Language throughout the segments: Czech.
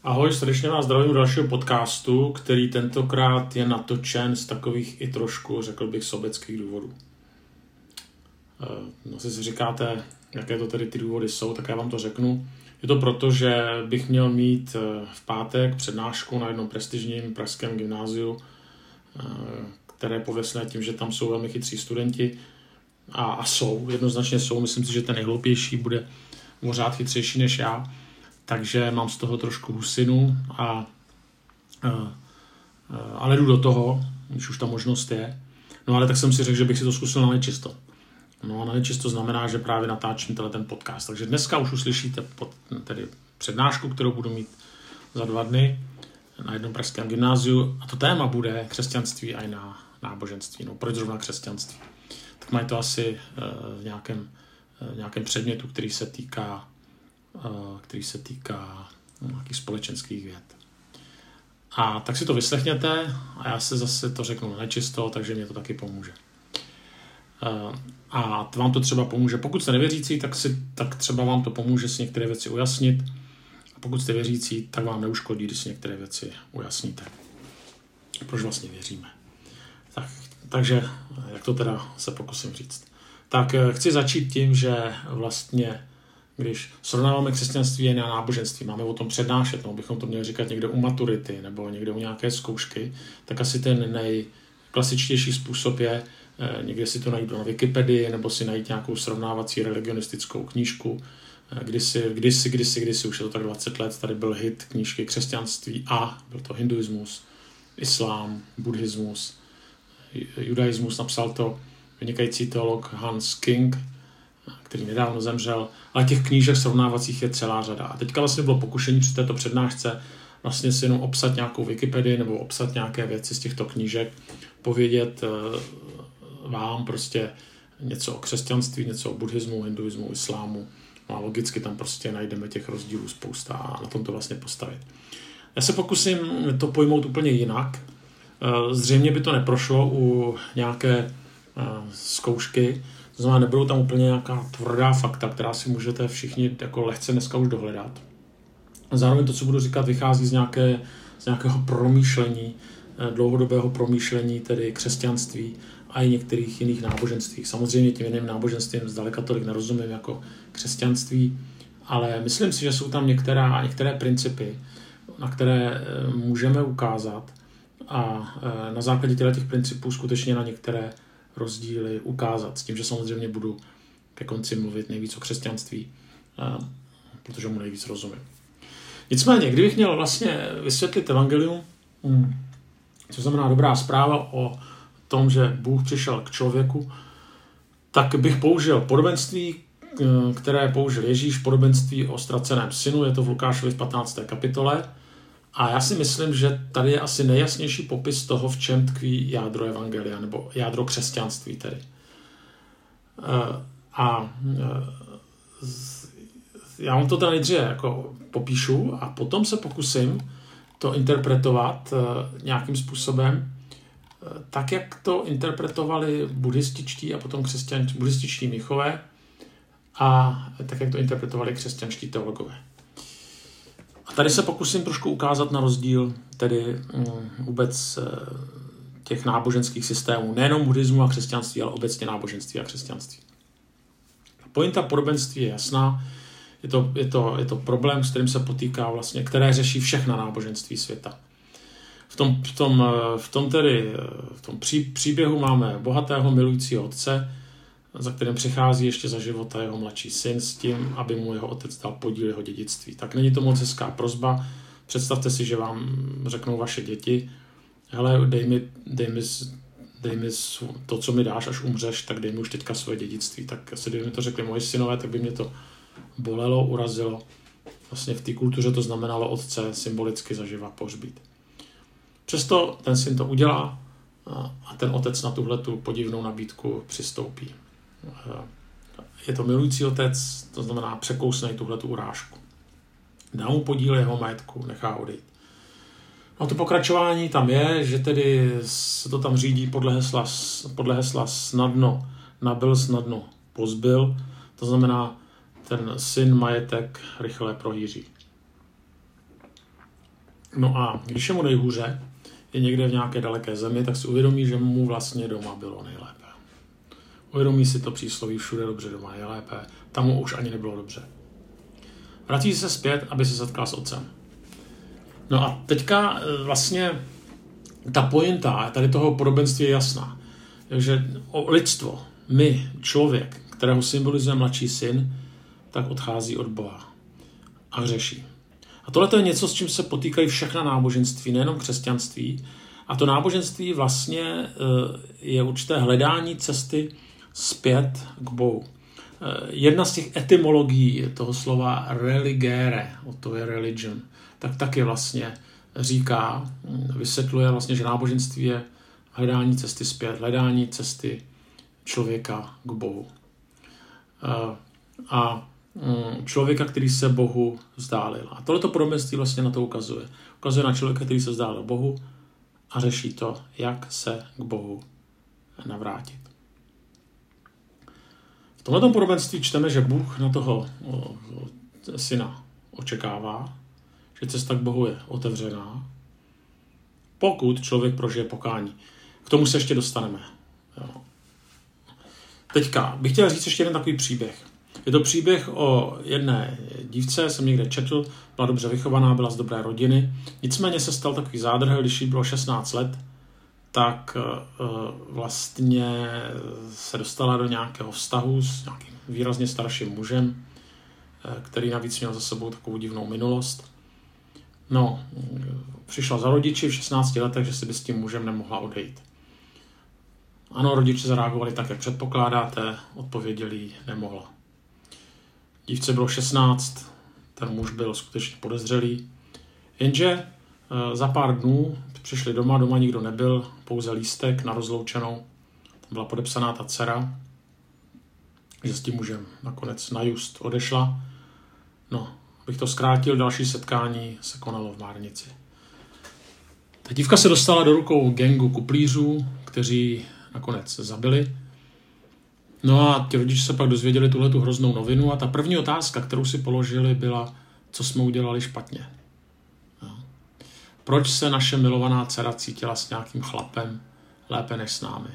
Ahoj, srdečně vás zdravím do dalšího podcastu, který tentokrát je natočen z takových i trošku, řekl bych, sobeckých důvodů. Asi si říkáte, jaké to tedy ty důvody jsou, tak já vám to řeknu. Je to proto, že bych měl mít v pátek přednášku na jednom prestižním pražském gymnáziu, které je pověstné tím, že tam jsou velmi chytří studenti a jednoznačně jsou. Myslím si, že ten nejhloupější bude pořád chytřejší než já. Takže mám z toho trošku husinu, ale jdu do toho, když už ta možnost je. No ale tak jsem si řekl, že bych si to zkusil na nečisto. No a na nečisto znamená, že právě natáčím ten podcast. Takže dneska už uslyšíte tedy přednášku, kterou budu mít za 2 dny na jednom pražském gymnáziu. A to téma bude křesťanství a i na náboženství. No proč zrovna křesťanství? Tak mají to asi v nějakém předmětu, který se týká nějakých společenských věd. A tak si to vyslechněte a já se zase to řeknu na nečisto, takže mě to taky pomůže. A vám to třeba pomůže. Pokud jste nevěřící, tak třeba vám to pomůže si některé věci ujasnit. A pokud jste věřící, tak vám neuškodí, když si některé věci ujasníte. Proč vlastně věříme. Takže, jak to teda se pokusím říct. Tak chci začít tím, že vlastně když srovnáváme křesťanství a náboženství, máme o tom přednášet, no, bychom to měli říkat někde u maturity nebo někde u nějaké zkoušky, tak asi ten nejklasičtější způsob je někde si to najít na Wikipedii nebo si najít nějakou srovnávací religionistickou knížku. Kdysi, už je to tak 20 let, tady byl hit knížky křesťanství a byl to hinduismus, islám, buddhismus, judaismus, napsal to vynikající teolog Hans King, který nedávno zemřel, ale těch knížek srovnávacích je celá řada. A teďka vlastně bylo pokušení při této přednášce vlastně si jenom obsat nějakou Wikipedii nebo obsat nějaké věci z těchto knížek, povědět vám prostě něco o křesťanství, něco o buddhismu, hinduismu, islámu. No a logicky tam prostě najdeme těch rozdílů spousta a na tom to vlastně postavit. Já se pokusím to pojmout úplně jinak. Zřejmě by to neprošlo u nějaké zkoušky, to znamená, nebudou tam úplně nějaká tvrdá fakta, která si můžete všichni jako lehce dneska už dohledat. Zároveň to, co budu říkat, vychází z nějakého promýšlení, dlouhodobého promýšlení, tedy křesťanství a i některých jiných náboženství. Samozřejmě tím jiným náboženstvím zdaleka tolik nerozumím jako křesťanství, ale myslím si, že jsou tam některé principy, na které můžeme ukázat a na základě těch principů skutečně na některé rozdíly ukázat. S tím, že samozřejmě budu ke konci mluvit nejvíc o křesťanství, protože mu nejvíc rozumím. Nicméně, kdybych měl vlastně vysvětlit evangelium, co znamená dobrá zpráva o tom, že Bůh přišel k člověku, tak bych použil podobenství, které použil Ježíš, podobenství o ztraceném synu, je to v Lukášovi v 15. kapitole. A já si myslím, že tady je asi nejjasnější popis toho, v čem tkví jádro evangelia, nebo jádro křesťanství tedy. Já vám to teda nejdříve jako popíšu a potom se pokusím to interpretovat nějakým způsobem, tak, jak to interpretovali buddhističtí a potom buddhističtí mnichové a tak, jak to interpretovali křesťanští teologové. A tady se pokusím trošku ukázat na rozdíl tedy vůbec těch náboženských systémů, nejenom buddhismu a křesťanství, ale obecně náboženství a křesťanství. Pointa podobenství je jasná, je to problém, s kterým se potýká vlastně, které řeší všechna náboženství světa. V tom příběhu máme bohatého milujícího otce, za kterým přichází ještě za života jeho mladší syn s tím, aby mu jeho otec dal podíl jeho dědictví. Tak není to moc hezká prosba. Představte si, že vám řeknou vaše děti, hele, dej mi to, co mi dáš, až umřeš, tak dej mi už teďka svoje dědictví. Tak asi kdyby mi to řekli moji synové, tak by mě to bolelo, urazilo. Vlastně v té kultuře to znamenalo otce symbolicky zaživa pohřbít. Přesto ten syn to udělá a ten otec na tuhletu podivnou nabídku přistoupí. Je to milující otec, to znamená překousnej tuhletu urážku. Dá mu podíl jeho majetku, nechá odejít. No to pokračování tam je, že tedy se to tam řídí podle hesla snadno nabyl, snadno pozbyl. To znamená, ten syn majetek rychle prohýří. No a když je mu nejhůře, je někde v nějaké daleké zemi, tak si uvědomí, že mu vlastně doma bylo nejlépe. Uvědomí si to přísloví všude dobře, doma nejlépe, tam mu už ani nebylo dobře. Vrací se zpět, aby se setkal s otcem. No a teďka vlastně ta pointa tady toho podobenství je jasná. Takže lidstvo, my, člověk, kterého symbolizuje mladší syn, tak odchází od Boha a hřeší. A tohle je něco, s čím se potýkají všechna náboženství, nejenom křesťanství. A to náboženství vlastně je určité hledání cesty zpět k Bohu. Jedna z těch etymologií toho slova religere, to je religion, tak taky vlastně říká, vysvětluje vlastně, že náboženství je hledání cesty zpět, hledání cesty člověka k Bohu. A člověka, který se Bohu vzdálil. A tohleto podobenství vlastně na to ukazuje. Ukazuje na člověka, který se vzdálil Bohu a řeší to, jak se k Bohu navrátit. V tomto podobenství čteme, že Bůh na toho syna očekává, že cesta k Bohu je otevřená, pokud člověk prožije pokání. K tomu se ještě dostaneme. Jo. Teďka bych chtěl říct ještě jeden takový příběh. Je to příběh o jedné dívce, jsem někde četl, byla dobře vychovaná, byla z dobré rodiny. Nicméně se stal takový zádrhel, když jí bylo 16 let, tak vlastně se dostala do nějakého vztahu s nějakým výrazně starším mužem, který navíc měl za sebou takovou divnou minulost. No, přišla za rodiči v 16 letech, že si by s tím mužem nemohla odejít. Ano, rodiče zareagovali tak, jak předpokládáte, odpověděli jí nemohla. Dívce bylo 16, ten muž byl skutečně podezřelý, jenže za pár dnů přišli doma nikdo nebyl, pouze lístek na rozloučenou, tam byla podepsaná ta dcera, že s tím mužem nakonec na just odešla. No, abych to zkrátil, další setkání se konalo v Márnici. Ta dívka se dostala do rukou gangu kuplířů, kteří nakonec zabili. No a ti rodiče se pak dozvěděli tuhletu hroznou novinu a ta první otázka, kterou si položili, byla, co jsme udělali špatně. No. Proč se naše milovaná dcera cítila s nějakým chlapem lépe než s námi?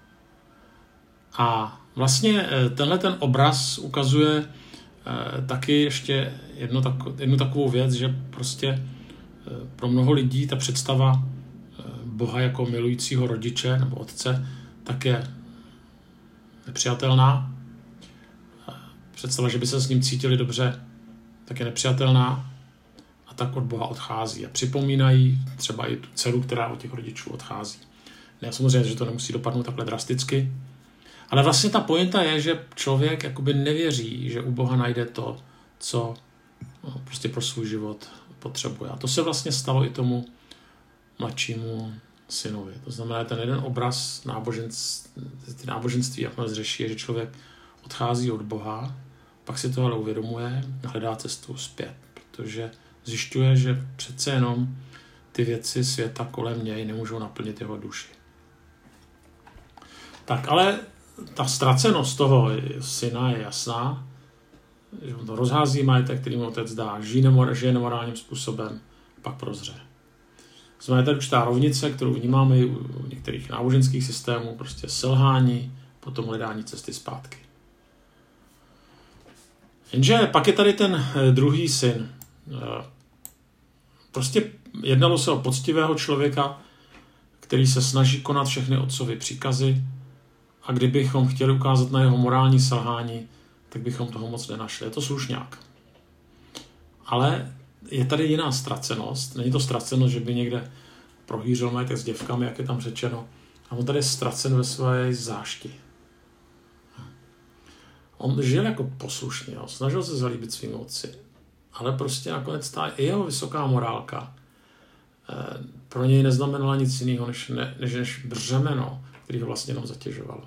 A vlastně tenhle ten obraz ukazuje taky ještě jednu takovou věc, že prostě pro mnoho lidí ta představa Boha jako milujícího rodiče nebo otce tak je nepřijatelná. Představa, že by se s ním cítili dobře, tak je nepřijatelná a tak od Boha odchází. A připomínají třeba i tu dceru, která od těch rodičů odchází. Ne, samozřejmě, že to nemusí dopadnout takhle drasticky, ale vlastně ta pointa je, že člověk jakoby nevěří, že u Boha najde to, co prostě pro svůj život potřebuje. A to se vlastně stalo i tomu mladšímu synovi. To znamená, ten jeden obraz náboženství, jak nás řeší, je, že člověk odchází od Boha, pak si to ale uvědomuje, hledá cestu zpět, protože zjišťuje, že přece jenom ty věci světa kolem něj nemůžou naplnit jeho duši. Tak ale ta ztracenost toho syna je jasná, že on to rozhází majetek, který mu otec dá, žije nemorálním způsobem, pak prozře. Znamená tady určitá rovnice, kterou vnímáme i u některých náboženských systémů, prostě selhání, potom hledání cesty zpátky. Jenže pak je tady ten druhý syn. Prostě jednalo se o poctivého člověka, který se snaží konat všechny otcovy příkazy a kdybychom chtěli ukázat na jeho morální selhání, tak bychom toho moc nenašli. Je to slušňák. Ale je tady jiná ztracenost. Není to ztracenost, že by někde prohýřil majetek s děvkami, jak je tam řečeno. A on tady je ztracen ve své zášti. On žil jako poslušný, snažil se zalíbit svým otci. Ale prostě nakonec ta jeho vysoká morálka pro něj neznamenala nic jiného, než břemeno, který ho vlastně jenom zatěžovalo.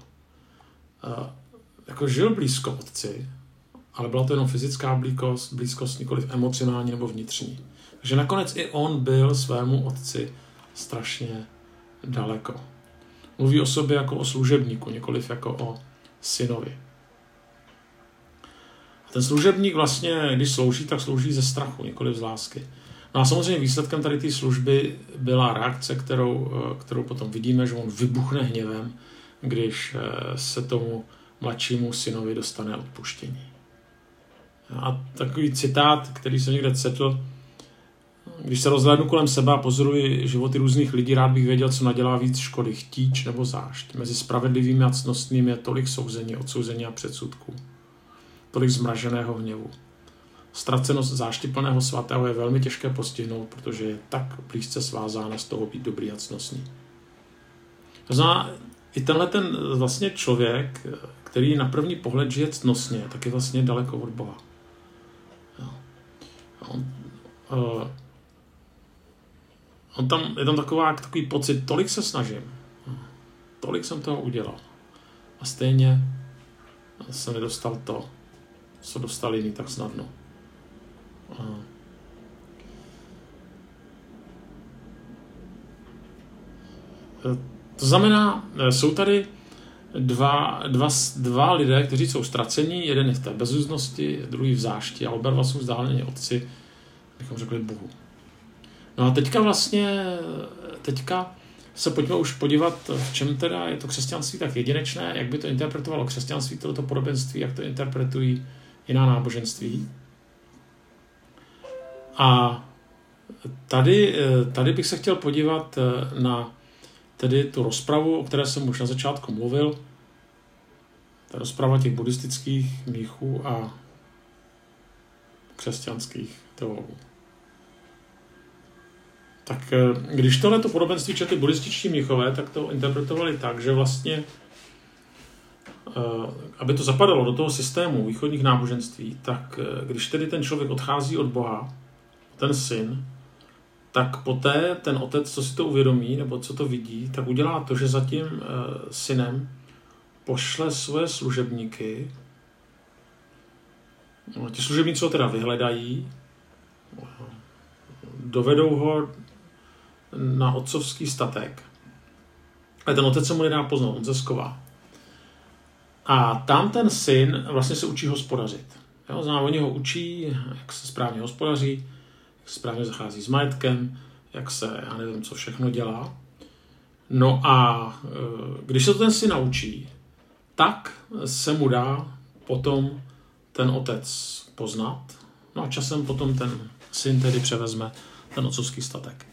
Jako žil blízko otci, ale byla to jenom fyzická blízkost, nikoliv emocionální nebo vnitřní. Takže nakonec i on byl svému otci strašně daleko. Mluví o sobě jako o služebníku, nikoliv jako o synovi. A ten služebník vlastně, když slouží, tak slouží ze strachu, nikoliv z lásky. No a samozřejmě výsledkem tady té služby byla reakce, kterou potom vidíme, že on vybuchne hněvem, když se tomu mladšímu synovi dostane odpuštění. A takový citát, který jsem někde četl: když se rozhlédnu kolem sebe a pozoruji životy různých lidí, rád bych věděl, co nadělá víc škody, chtíč nebo zášť. Mezi spravedlivými a ctnostnými je tolik souzení, odsouzení a předsudků. Tolik zmraženého hněvu. Ztracenost záštiplného svatého je velmi těžké postihnout, protože je tak blízce svázána z toho být dobrý a ctnostný. To znamená, i tenhle ten vlastně člověk, který na první pohled žije ctnostně, tak je vlastně daleko od Boha. Je tam takový pocit, tolik se snažím, tolik jsem toho udělal a stejně jsem nedostal to, co dostal jiný tak snadno. To znamená, jsou tady dva lidé, kteří jsou ztracení, jeden je v té bezúznosti, druhý v zášti a oba dva jsou vzdáleně otci, bychom řekli Bohu. No a teďka se pojďme už podívat, v čem teda je to křesťanství tak jedinečné, jak by to interpretovalo křesťanství, toto podobenství, jak to interpretují jiná náboženství. A tady bych se chtěl podívat na tedy tu rozpravu, o které jsem už na začátku mluvil, ta rozprava těch buddhistických mnichů a křesťanských teologů. Tak když tohleto podobenství četli buddhističtí mnichové, tak to interpretovali tak, že vlastně, aby to zapadalo do toho systému východních náboženství, tak když tedy ten člověk odchází od Boha, ten syn, tak poté ten otec, co si to uvědomí, nebo co to vidí, tak udělá to, že za tím synem pošle svoje služebníky. Ti služebníci ho teda vyhledají, dovedou ho na otcovský statek. Ale ten otec se mu nedá poznat, on se sková. A tam ten syn vlastně se učí hospodařit. Oni ho učí, jak se správně hospodaří, jak se správně zachází s majetkem, jak se, já nevím, co všechno dělá. No a když se to ten syn naučí, tak se mu dá potom ten otec poznat. No a časem potom ten syn tedy převezme ten otcovský statek.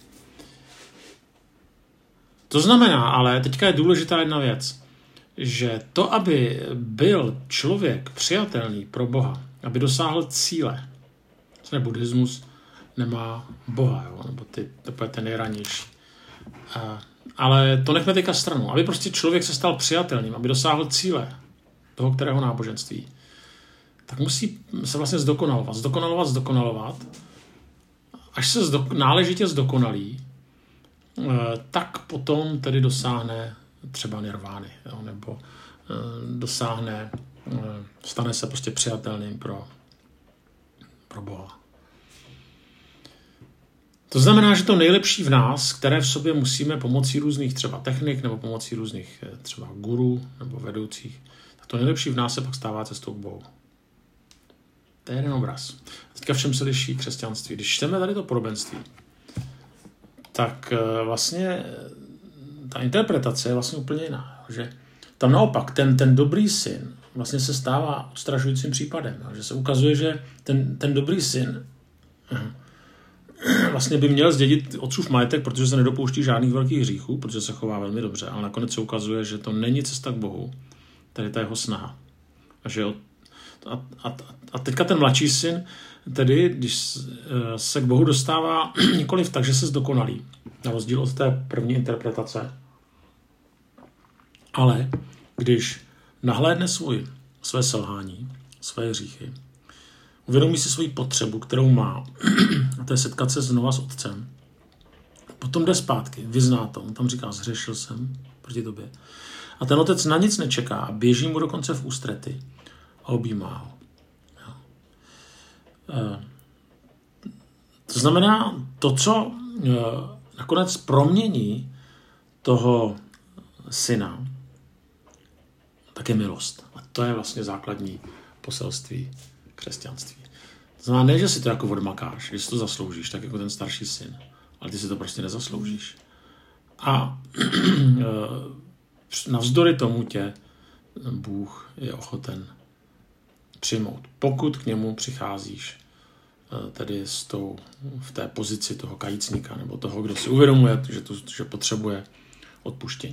To znamená, ale teďka je důležitá jedna věc, že to, aby byl člověk přijatelný pro Boha, aby dosáhl cíle, buddhismus nemá Boha, jo? Nebo to je ten nejranější. Ale to nechme teďka stranou. Aby prostě člověk se stal přijatelným, aby dosáhl cíle toho, kterého náboženství, tak musí se vlastně zdokonalovat, až se náležitě zdokonalí, tak potom tedy dosáhne třeba nirvány, jo? Nebo stane se prostě přijatelným pro Boha. To znamená, že to nejlepší v nás, které v sobě musíme pomocí různých třeba technik nebo pomocí různých třeba gurů nebo vedoucích, tak to nejlepší v nás se pak stává cestou k Bohu. To je jeden obraz. Teďka v čem se liší křesťanství? Když čteme tady to podobenství, tak vlastně ta interpretace je vlastně úplně jiná. Že tam naopak ten dobrý syn vlastně se stává odstrašujícím případem. Že se ukazuje, že ten dobrý syn vlastně by měl zdědit otcův majetek, protože se nedopouští žádných velkých hříchů, protože se chová velmi dobře, ale nakonec se ukazuje, že to není cesta k Bohu, tady ta jeho snaha. A teďka ten mladší syn, tedy když se k Bohu dostává nikoliv tak, že se zdokonalí, na rozdíl od té první interpretace, ale když nahlédne své selhání, své hříchy, uvědomí si svoji potřebu, kterou má, a to je setkat se znova s otcem, potom jde zpátky, vyzná to, on tam říká, zhřešil jsem proti tobě. A ten otec na nic nečeká a běží mu dokonce v ústrety a objímá ho. To znamená, to, co nakonec promění toho syna, tak je milost. A to je vlastně základní poselství křesťanství. To znamená, ne, že si to jako odmakáš, že si to zasloužíš, tak jako ten starší syn, ale ty si to prostě nezasloužíš. A navzdory tomu tě Bůh je ochoten přijmout, pokud k němu přicházíš tedy v té pozici toho kajícníka nebo toho, kdo si uvědomuje, že potřebuje odpuštění.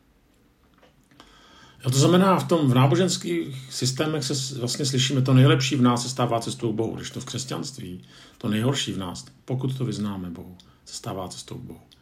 A to znamená, v náboženských systémech se vlastně slyšíme, to nejlepší v nás se stává cestou k Bohu, když to v křesťanství, to nejhorší v nás, pokud to vyznáme Bohu, se stává cestou k Bohu.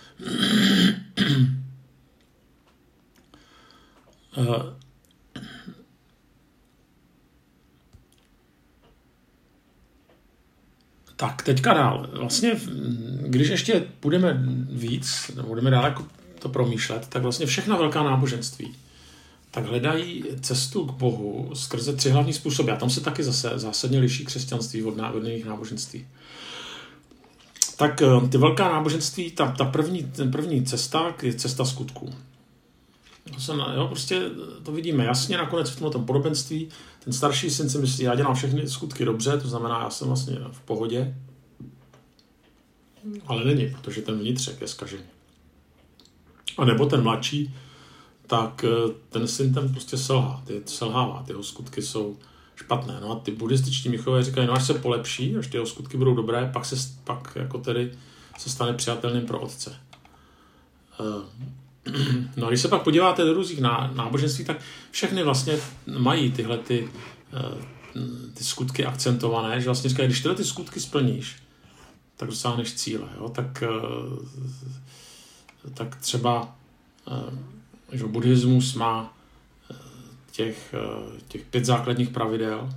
Tak, teďka dál. Vlastně, když ještě budeme víc, budeme dál jako to promýšlet, tak vlastně všechna velká náboženství tak hledají cestu k Bohu skrze 3 hlavní způsoby. A tam se taky zase zásadně liší křesťanství od jiných náboženství. Tak ty velká náboženství, ten první cesta je cesta skutků. Prostě to vidíme jasně nakonec v tomto podobenství. Ten starší syn si myslí, já dělám všechny skutky dobře, to znamená, já jsem vlastně v pohodě. Ale není, protože ten vnitřek je zkažený. A nebo ten mladší, tak ten syn ten prostě selhává, ty jeho skutky jsou špatné. No a ty buddhističtí mnichové říkají, no až se polepší, až ty jeho skutky budou dobré, pak jako tedy se stane přijatelným pro otce. No a když se pak podíváte do různých náboženství, tak všechny vlastně mají tyhle ty skutky akcentované, že vlastně říkají, když tyhle ty skutky splníš, tak dosáhneš cíle. Jo? Tak třeba že buddhismus má těch 5 základních pravidel,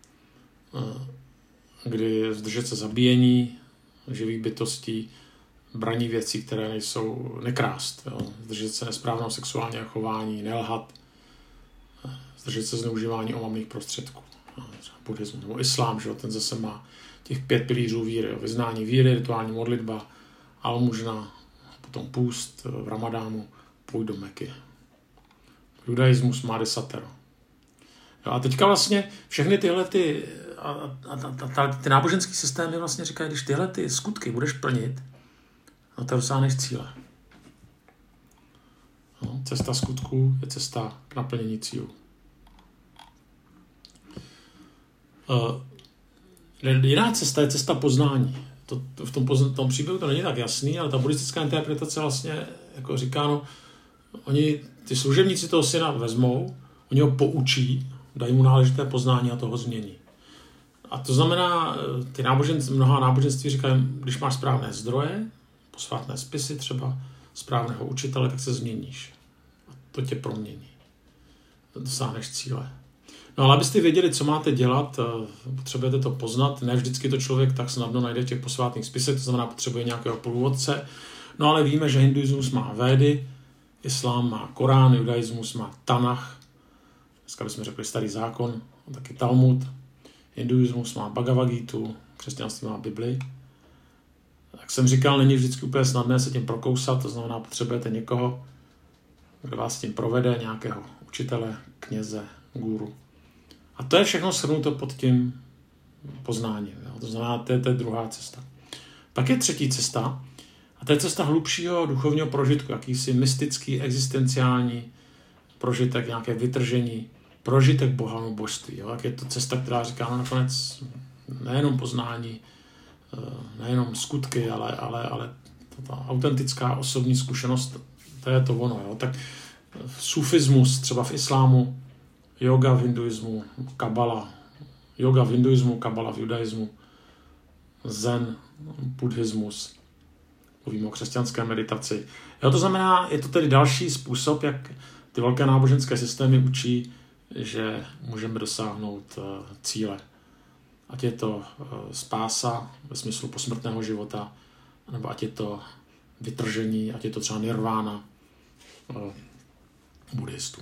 kdy zdržet se zabíjení živých bytostí, braní věcí, které nejsou, nekrást, jo? Zdržet se nesprávného sexuálního chování, nelhat, zdržet se zneužívání omamných prostředků. Buddhismus nebo islám, že jo? Ten zase má těch 5 pilířů víry, jo? Vyznání víry, rituální modlitba, almužna, potom půst v Ramadánu, půjď do Meky. Judaismus má 10. Jo, a teďka vlastně všechny tyhle ty náboženské systémy vlastně říkají, když tyhle ty skutky budeš plnit, no to dosáhneš cíle. No, cesta skutků je cesta k naplnění cílů. Jiná cesta je cesta poznání. V tom příběhu to není tak jasný, ale ta buddhistická interpretace vlastně jako říká, no, oni, ty služebníci toho syna vezmou, oni ho poučí, dají mu náležité poznání a toho změní. A to znamená, mnoha náboženství říkají, když máš správné zdroje, posvátné spisy třeba, správného učitele, tak se změníš. A to tě promění. Dosáhneš cíle. No ale abyste věděli, co máte dělat, potřebujete to poznat. Ne vždycky to člověk tak snadno najde v těch posvátných spisech, to znamená, potřebuje nějakého průvodce. No ale víme, že hinduismus má Védy, islám má Korán, judaismus má Tanach, dneska bychom řekli Starý zákon, taky Talmud, hinduismus má Bhagavad Gítu, křesťanství má Bibli. Jak jsem říkal, není vždycky úplně snadné se tím prokousat, to znamená, potřebujete někoho, kdo vás tím provede, nějakého učitele, kněze, guru. A to je všechno shrnuto pod tím poznáním. Jo? To znamená, to je druhá cesta. Pak je třetí cesta, a to je cesta hlubšího duchovního prožitku, jakýsi mystický, existenciální prožitek, nějaké vytržení, prožitek Boha nebo božství. Jo? Jak je to cesta, která říká no, nakonec nejenom poznání, nejenom skutky, ale ta autentická osobní zkušenost, to je to ono. Jo? Tak sufismus třeba v islámu, yoga v hinduismu, kabala. Yoga v hinduismu, kabala v judaismu, zen, buddhismus. Mluvíme o křesťanské meditaci. Jo, to znamená, je to tedy další způsob, jak ty velké náboženské systémy učí, že můžeme dosáhnout cíle. Ať je to spása ve smyslu posmrtného života, nebo ať je to vytržení, ať je to třeba nirvána buddhistů.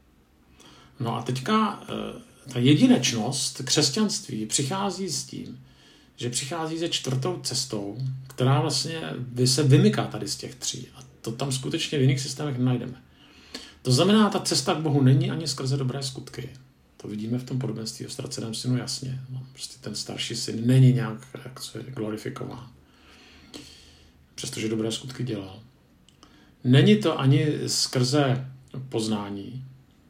No a teďka ta jedinečnost křesťanství přichází s tím, že přichází se 4. cestou, která vlastně se vymyká tady z těch 3. A to tam skutečně v jiných systémech nenajdeme. To znamená, ta cesta k Bohu není ani skrze dobré skutky. To vidíme v tom podobenství o ztraceném synu jasně. No, prostě ten starší syn není nějak glorifikován. Přestože dobré skutky dělal. Není to ani skrze poznání.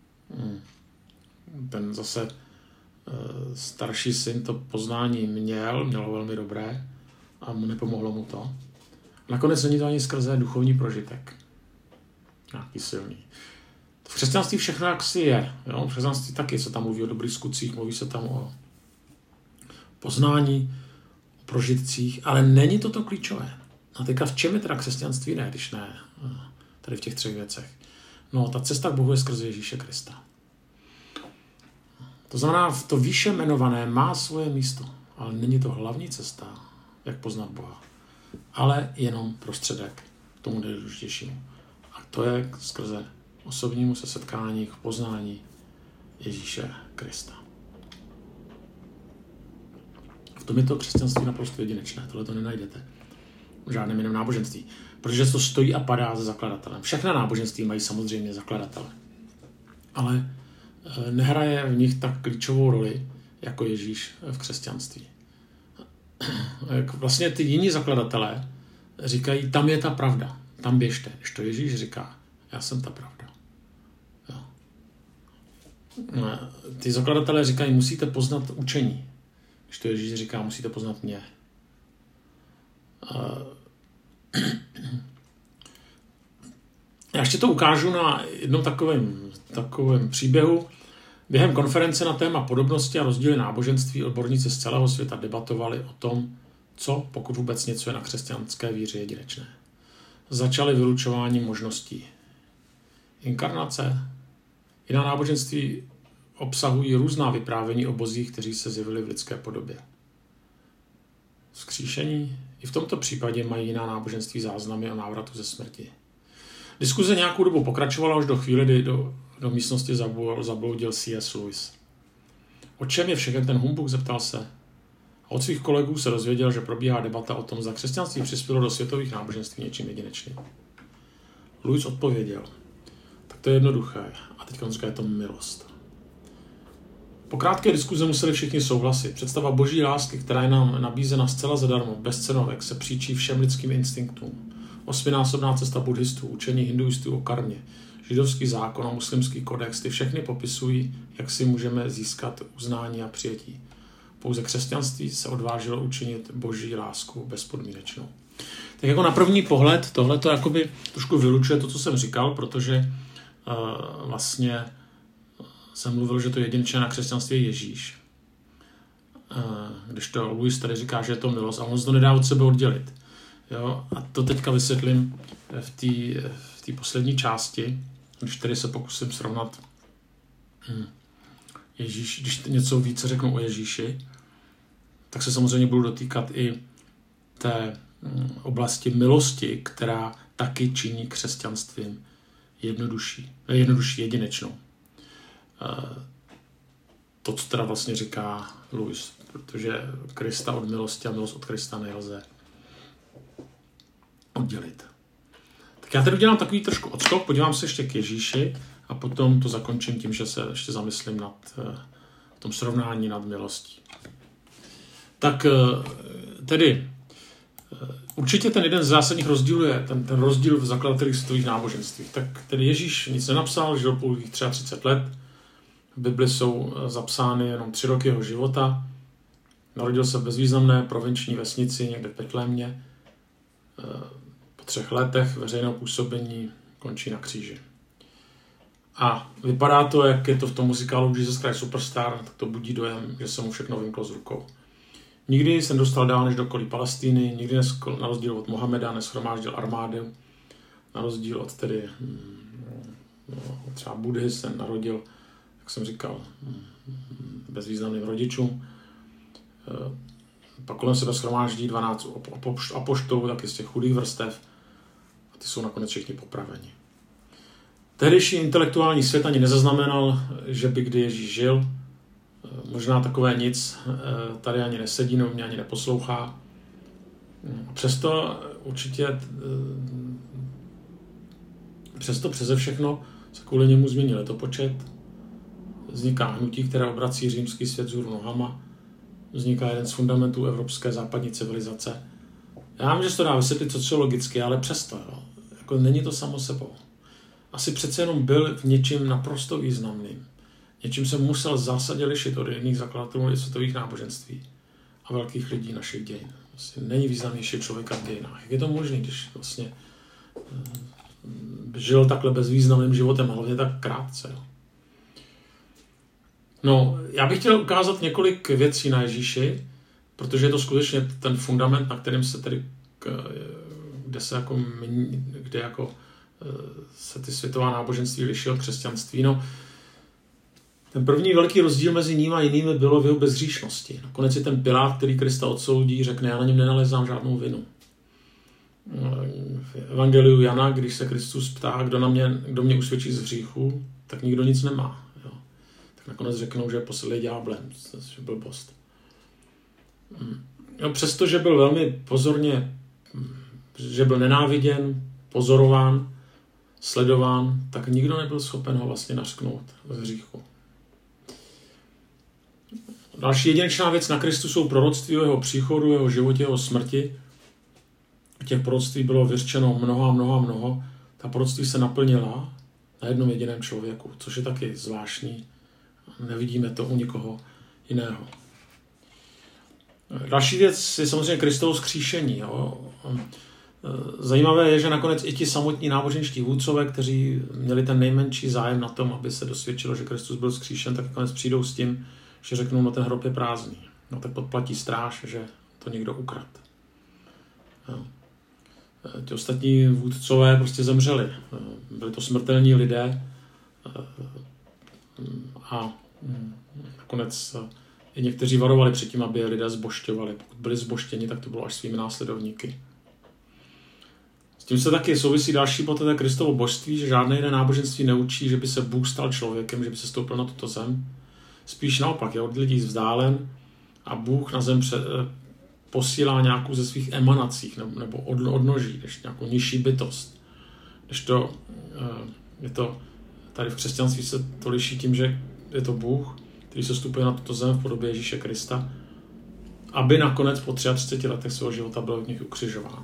Ten zase starší syn to poznání měl ho velmi dobré a nepomohlo mu to. Nakonec není to ani skrze duchovní prožitek. Nějaký silný. V křesťanství všechno jaksi je. Jo? V křesťanství taky se tam mluví o dobrých skutcích, mluví se tam o poznání, o prožitcích, ale není to klíčové. A teďka v čem je teda křesťanství? Ne, když ne. Tady v těch 3 věcech. No, ta cesta k Bohu je skrze Ježíše Krista. To znamená, to výše jmenované má svoje místo, ale není to hlavní cesta, jak poznat Boha. Ale jenom prostředek k tomu nejdůležitějšímu. A to je skrze osobnímu setkání k poznání Ježíše Krista. V tom je to křesťanství naprosto jedinečné. Tohle to nenajdete v žádném jiném náboženství. Protože to stojí a padá se zakladatelem. Všechna náboženství mají samozřejmě zakladatele. Ale nehraje v nich tak klíčovou roli, jako Ježíš v křesťanství. Vlastně ty jiní zakladatelé říkají, tam je ta pravda, tam běžte. Když to Ježíš říká, já jsem ta pravda. Jo. Ty zakladatelé říkají, musíte poznat učení. Když to Ježíš říká, musíte poznat mě. Já ještě to ukážu na jednom takovém příběhu. Během konference na téma podobnosti a rozdíly náboženství odborníci z celého světa debatovali o tom, co, pokud vůbec něco je na křesťanské víře jedinečné. Začali vylučováním možností. Inkarnace. Jiná náboženství obsahují různá vyprávění o bozích, kteří se zjevili v lidské podobě. Vzkříšení. I v tomto případě mají jiná náboženství záznamy o návratu ze smrti. Diskuze nějakou dobu pokračovala až do chvíle, kdy do místnosti zabloudil C.S. Lewis. O čem je všechen ten humbuk, zeptal se. A od svých kolegů se dozvěděl, že probíhá debata o tom, zda křesťanství přispělo do světových náboženství něčím jedinečným. Lewis odpověděl. Tak to je jednoduché. A teď on říká, je to milost. Po krátké diskuze museli všichni souhlasit. Představa boží lásky, která je nám nabízena zcela zadarmo, bez cenovek, se příčí všem lidským instinktům. 8násobná cesta buddhistů, učení hinduistů o karmě, židovský zákon a muslimský kodex, ty všechny popisují, jak si můžeme získat uznání a přijetí. Pouze křesťanství se odvážilo učinit boží lásku bezpodmínečnou. Tak jako na první pohled tohle to jakoby trošku vylučuje to, co jsem říkal, protože vlastně jsem mluvil, že to jedinečné na křesťanství je Ježíš. Když to Lewis tady říká, že je to milost a on se to nedá od sebe oddělit. Jo? A to teďka vysvětlím v té poslední části, když tady se pokusím srovnat Ježíš, když něco více řeknu o Ježíši, tak se samozřejmě budu dotýkat i té oblasti milosti, která taky činí křesťanstvím jednodušší, jedinečnou. To, co teda vlastně říká Lewis, protože Krista od milosti a milost od Krista nelze oddělit. Tak já tady udělám takový trošku odskok, podívám se ještě k Ježíši a potom to zakončím tím, že se ještě zamyslím nad tom srovnání nad milostí. Tak tedy určitě ten jeden z zásadních rozdílů je ten rozdíl v zakladatelích světových náboženství. Tak tedy Ježíš nic nenapsal, žil pouhých 33 let. V Bibli jsou zapsány jenom 3 roky jeho života. Narodil se v bezvýznamné provinční vesnici někde v Betlémě. Po 3 letech veřejného působení končí na kříži. A vypadá to, jak je to v tom muzikálu Jesus Christ Superstar, tak to budí dojem, že se mu všechno vymklo z rukou. Nikdy jsem dostal dál než do okolí Palestiny, nikdy na rozdíl od Mohameda neshromáždil armády, na rozdíl od tedy třeba Budhy se narodil, jak jsem říkal, bezvýznamným rodičům. Pak kolem sebe shromáždí 12 apoštolů, taky z těch chudých vrstev, a ty jsou nakonec všichni popraveni. Tehdejší intelektuální svět ani nezaznamenal, že by kdy Ježíš žil. Možná takové nic tady ani nesedí, nebo mě ani neposlouchá. Přesto určitě, přeze všechno se kvůli němu změnil letopočet. vzniká hnutí, které obrací římský svět vzhůru nohama, vzniká jeden z fundamentů evropské západní civilizace. Já vím, že se to dá vysvětlit sociologicky, ale přesto, jo. Jako není to samo sebou. Asi přece jenom byl v něčím naprosto významným. Něčím se musel zásadně lišit od jiných zakladatelů světových náboženství a velkých lidí našich dějin. Vlastně není významnější člověka v dějinách. Jak je to možné, když vlastně žil takhle bezvýznamným životem, a hlavně tak krátce. Jo. No, já bych chtěl ukázat několik věcí na Ježíši, protože je to skutečně ten fundament, na kterém se tedy, kde se ty světová náboženství liší od křesťanství. No, ten první velký rozdíl mezi ním a jinými bylo v jeho bezhříšnosti. Nakonec je ten Pilát, který Krista odsoudí, řekne, já na něm nenalezám žádnou vinu. V Evangeliu Jana, když se Kristus ptá, kdo mě usvědčí z hříchu, tak nikdo nic nemá. Jo. Tak nakonec řeknou, že je posedlý ďáblem, že byl blbost. No, přestože byl velmi pozorně, že byl nenáviděn, pozorován, sledován, tak nikdo nebyl schopen ho vlastně nařknout z hříchu. Další jedinečná věc na Kristu jsou proroctví o jeho příchodu, jeho životě, jeho smrti. Těch proroctví bylo vyřčeno mnoho. Ta proroctví se naplnila na jednom jediném člověku, což je taky zvláštní. Nevidíme to u nikoho jiného. Další věc je samozřejmě Kristovo vzkříšení. Jo. Zajímavé je, že nakonec i ti samotní náboženští vůdcové, kteří měli ten nejmenší zájem na tom, aby se dosvědčilo, že Kristus byl vzkříšen, tak nakonec přijdou s tím, že řeknou, no ten hrob je prázdný. No tak podplatí stráž, že to někdo ukradl. Ti ostatní vůdcové prostě zemřeli. Byli to smrtelní lidé a nakonec i někteří varovali před tím, aby je lidé zbožťovali. Pokud byli zbožtěni, tak to bylo až svými následovníky. S tím se taky souvisí další poté Kristovo božství, že žádné jiné náboženství neučí, že by se Bůh stal člověkem, že by se stoupil na tuto zem. Spíš naopak, je od lidí vzdálen a Bůh na zem posílá nějakou ze svých emanací nebo odnoží, nějakou nižší bytost. Je to tady v křesťanství se to liší tím, že je to Bůh, který se stupuje na tuto zem v podobě Ježíše Krista, aby nakonec po 33 letech svého života byl od nich ukřižován.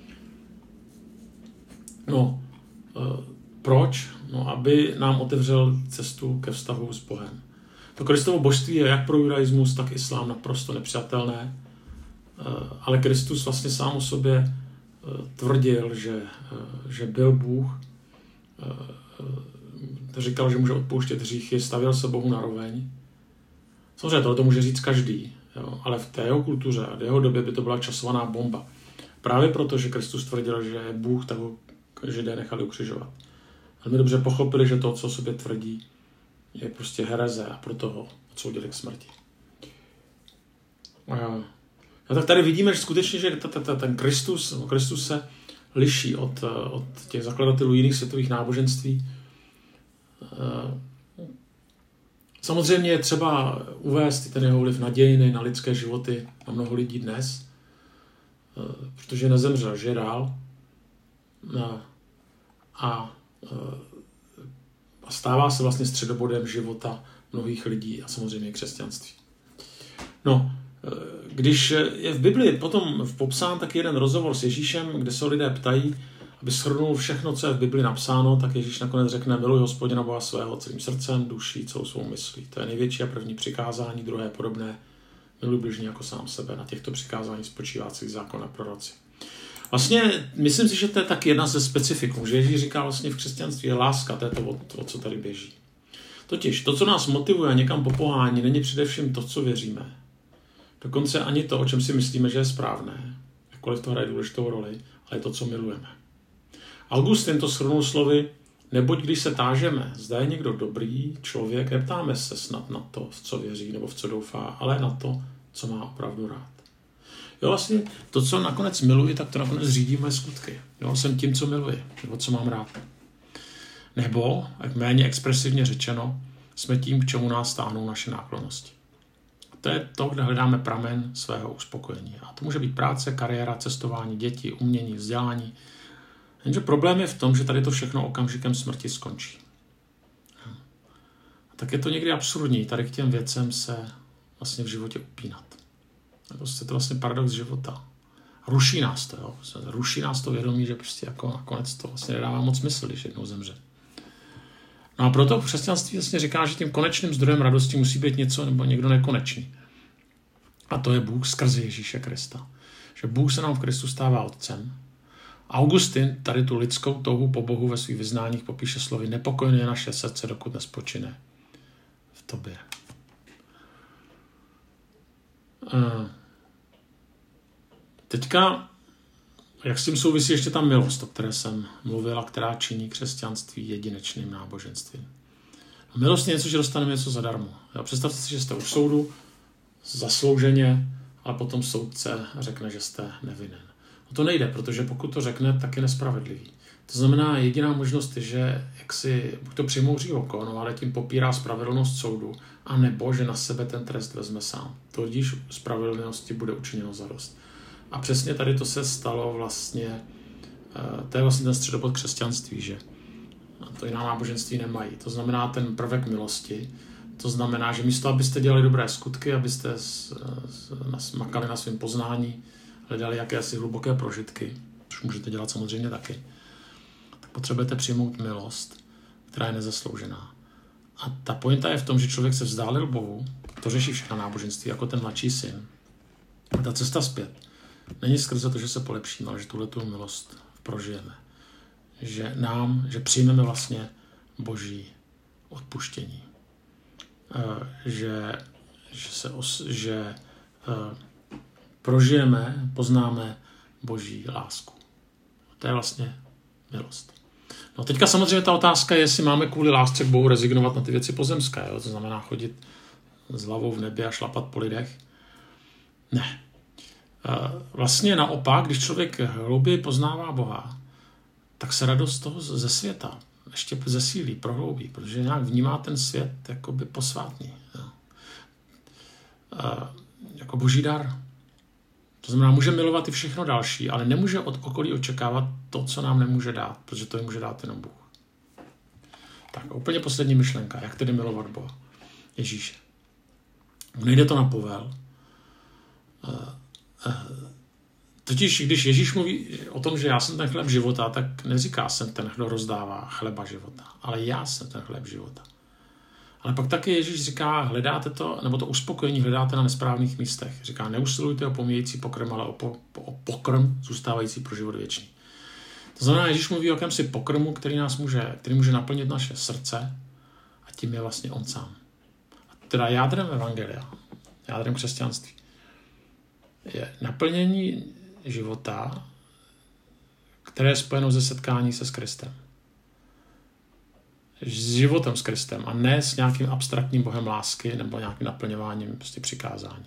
No, proč? No, aby nám otevřel cestu ke vztahu s Bohem. To Kristovo božství je jak pro judaismus, tak islám naprosto nepřijatelné, ale Kristus vlastně sám o sobě tvrdil, že byl Bůh, říkal, že může odpouštět hříchy, stavěl se Bohu na roveň. Samozřejmě tohle to může říct každý, jo, ale v té jeho kultuře a v jeho době by to byla časovaná bomba. Právě proto, že Kristus tvrdil, že je Bůh, tak ho Židé nechali ukřižovat. Velmi dobře pochopili, že to, co o sobě tvrdí, je prostě hereze a proto ho odsoudili k smrti. No tak tady vidíme, že skutečně, že ten Kristus se liší od těch zakladatelů jiných světových náboženství. Samozřejmě je třeba uvést ten jeho vliv na dějiny, na lidské životy, na mnoho lidí dnes, protože nezemřel, žije dál a stává se vlastně středobodem života mnohých lidí a samozřejmě křesťanství. No, když je v Biblii potom popsán tak jeden rozhovor s Ježíšem, kde se lidé ptají, aby shrnul všechno, co je v Biblii napsáno, tak Ježíš nakonec řekne, miluj Hospodina Boha svého celým srdcem, duší, celou svou myslí. To je největší a první přikázání, druhé podobné, miluj bližní jako sám sebe. Na těchto přikázání spočívá celý zákon a proroci. Vlastně myslím si, že to je tak jedna ze specifiků, že Ježíš říká vlastně v křesťanství je láska, to je to, o co tady běží. Totiž to, co nás motivuje a někam popohání, není především to, co věříme. Dokonce ani to, o čem si myslíme, že je správné, jakkoliv to hraje důležitou roli, ale je to, co milujeme. Augustin to shrnul slovy, neboť když se tážeme, zda je někdo dobrý člověk, neptáme se snad na to, v co věří nebo v co doufá, ale na to, co má opravdu rád. Jo, vlastně to, co nakonec miluji, tak to nakonec řídí moje skutky. Jo, jsem tím, co miluji, nebo co mám rád. Nebo, jak méně expresivně řečeno, jsme tím, k čemu nás táhnou naše náklonnosti. To je to, kde hledáme pramen svého uspokojení. A to může být práce, kariéra, cestování, děti, umění, vzdělání. Jenže problém je v tom, že tady to všechno okamžikem smrti skončí. tak je to někdy absurdní tady k těm věcem se vlastně v životě upínat. Je to vlastně paradox života. Ruší nás to, jo. Ruší nás to vědomí, že prostě jako nakonec to vlastně nedává moc smysl, když jednou zemře. No a proto křesťanství vlastně říká, že tím konečným zdrojem radosti musí být něco nebo někdo nekonečný. A to je Bůh skrze Ježíše Krista. Že Bůh se nám v Kristu stává otcem. Augustin tady tu lidskou touhu po Bohu ve svých vyznáních popíše slovy: nepokojné je naše srdce, dokud nespočine v tobě. Teďka, jak s tím souvisí ještě ta milost, o které jsem mluvil a která činí křesťanství jedinečným náboženstvím. Milost je něco, že dostaneme něco zadarmo. Představte si, že jste u soudu zaslouženě, ale potom soudce řekne, že jste nevinen. No to nejde, protože pokud to řekne, tak je nespravedlivý. To znamená, jediná možnost je, že jak si buď to přimouří oko, no, ale tím popírá spravedlnost soudu, anebo že na sebe ten trest vezme sám. Tudíž spravedlnosti bude učiněno zadost. A přesně tady to se stalo vlastně, to je vlastně ten středobod křesťanství, že to jiná náboženství nemají. To znamená ten prvek milosti, to znamená, že místo, abyste dělali dobré skutky, abyste makali na svém poznání, hledali jakési hluboké prožitky, což můžete dělat samozřejmě taky, tak potřebujete přijmout milost, která je nezasloužená. A ta pointa je v tom, že člověk se vzdálil Bohu, to řeší všechna náboženství, jako ten mladší syn. A ta cesta zpět není skrze to, že se polepšíme, ale že tuhletu milost prožijeme. Že přijmeme vlastně Boží odpuštění. Že prožijeme, poznáme Boží lásku. To je vlastně milost. No teďka samozřejmě ta otázka je, jestli máme kvůli lásce k Bohu rezignovat na ty věci pozemské. Jo? To znamená chodit s hlavou v nebi a šlapat po lidech. Ne. Vlastně naopak, když člověk hlouběji poznává Boha, tak se radost toho ze světa ještě zesílí, prohloubí, protože nějak vnímá ten svět jakoby posvátný. Jo. Jako boží dar. To znamená, může milovat i všechno další, ale nemůže od okolí očekávat to, co nám nemůže dát, protože to jim může dát jenom Bůh. Tak úplně poslední myšlenka. Jak tedy milovat Boha? Ježíše. Nejde to na povel. Totiž, když Ježíš mluví o tom, že já jsem ten chléb života, tak neříká jsem ten, kdo rozdává chleba života, ale já jsem ten chléb života. Ale pak taky Ježíš říká, hledáte to, nebo to uspokojení hledáte na nesprávných místech. Říká, neusilujte o pomíjející pokrm, ale o pokrm zůstávající pro život věčný. To znamená, Ježíš mluví o jakémsi pokrmu, který může naplnit naše srdce, a tím je vlastně on sám. A teda jádrem evangelia, jádrem křesťanství je naplnění života, které je spojeno ze setkání se s Kristem. S životem s Kristem a ne s nějakým abstraktním bohem lásky nebo nějakým naplňováním prostě přikázání.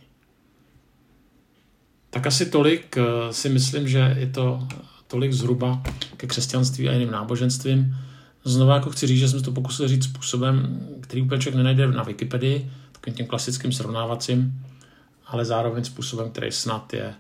Tak asi tolik si myslím, že je to tolik zhruba ke křesťanství a jiným náboženstvím. Znovu jako chci říct, že jsem to pokusil říct způsobem, který úplně člověk nenajde na Wikipedii, takovým tím klasickým srovnávacím, ale zároveň způsobem, který snad je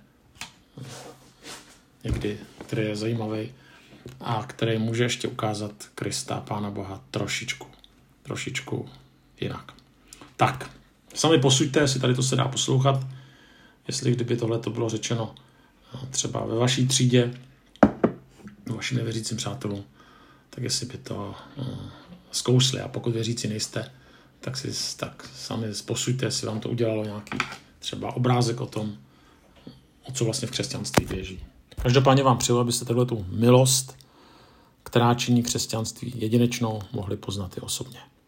někdy, který je zajímavý a který může ještě ukázat Krista, Pána Boha, trošičku jinak. Tak, sami posuďte, jestli tady to se dá poslouchat, jestli kdyby tohle to bylo řečeno třeba ve vaší třídě, vašim nevěřícím přátelům, tak jestli by to zkousli, a pokud věřící nejste, tak sami posuďte, jestli vám to udělalo nějaký třeba obrázek o tom, o co vlastně v křesťanství běží. Každopádně vám přeju, abyste tu milost, která činí křesťanství jedinečnou, mohli poznat i osobně.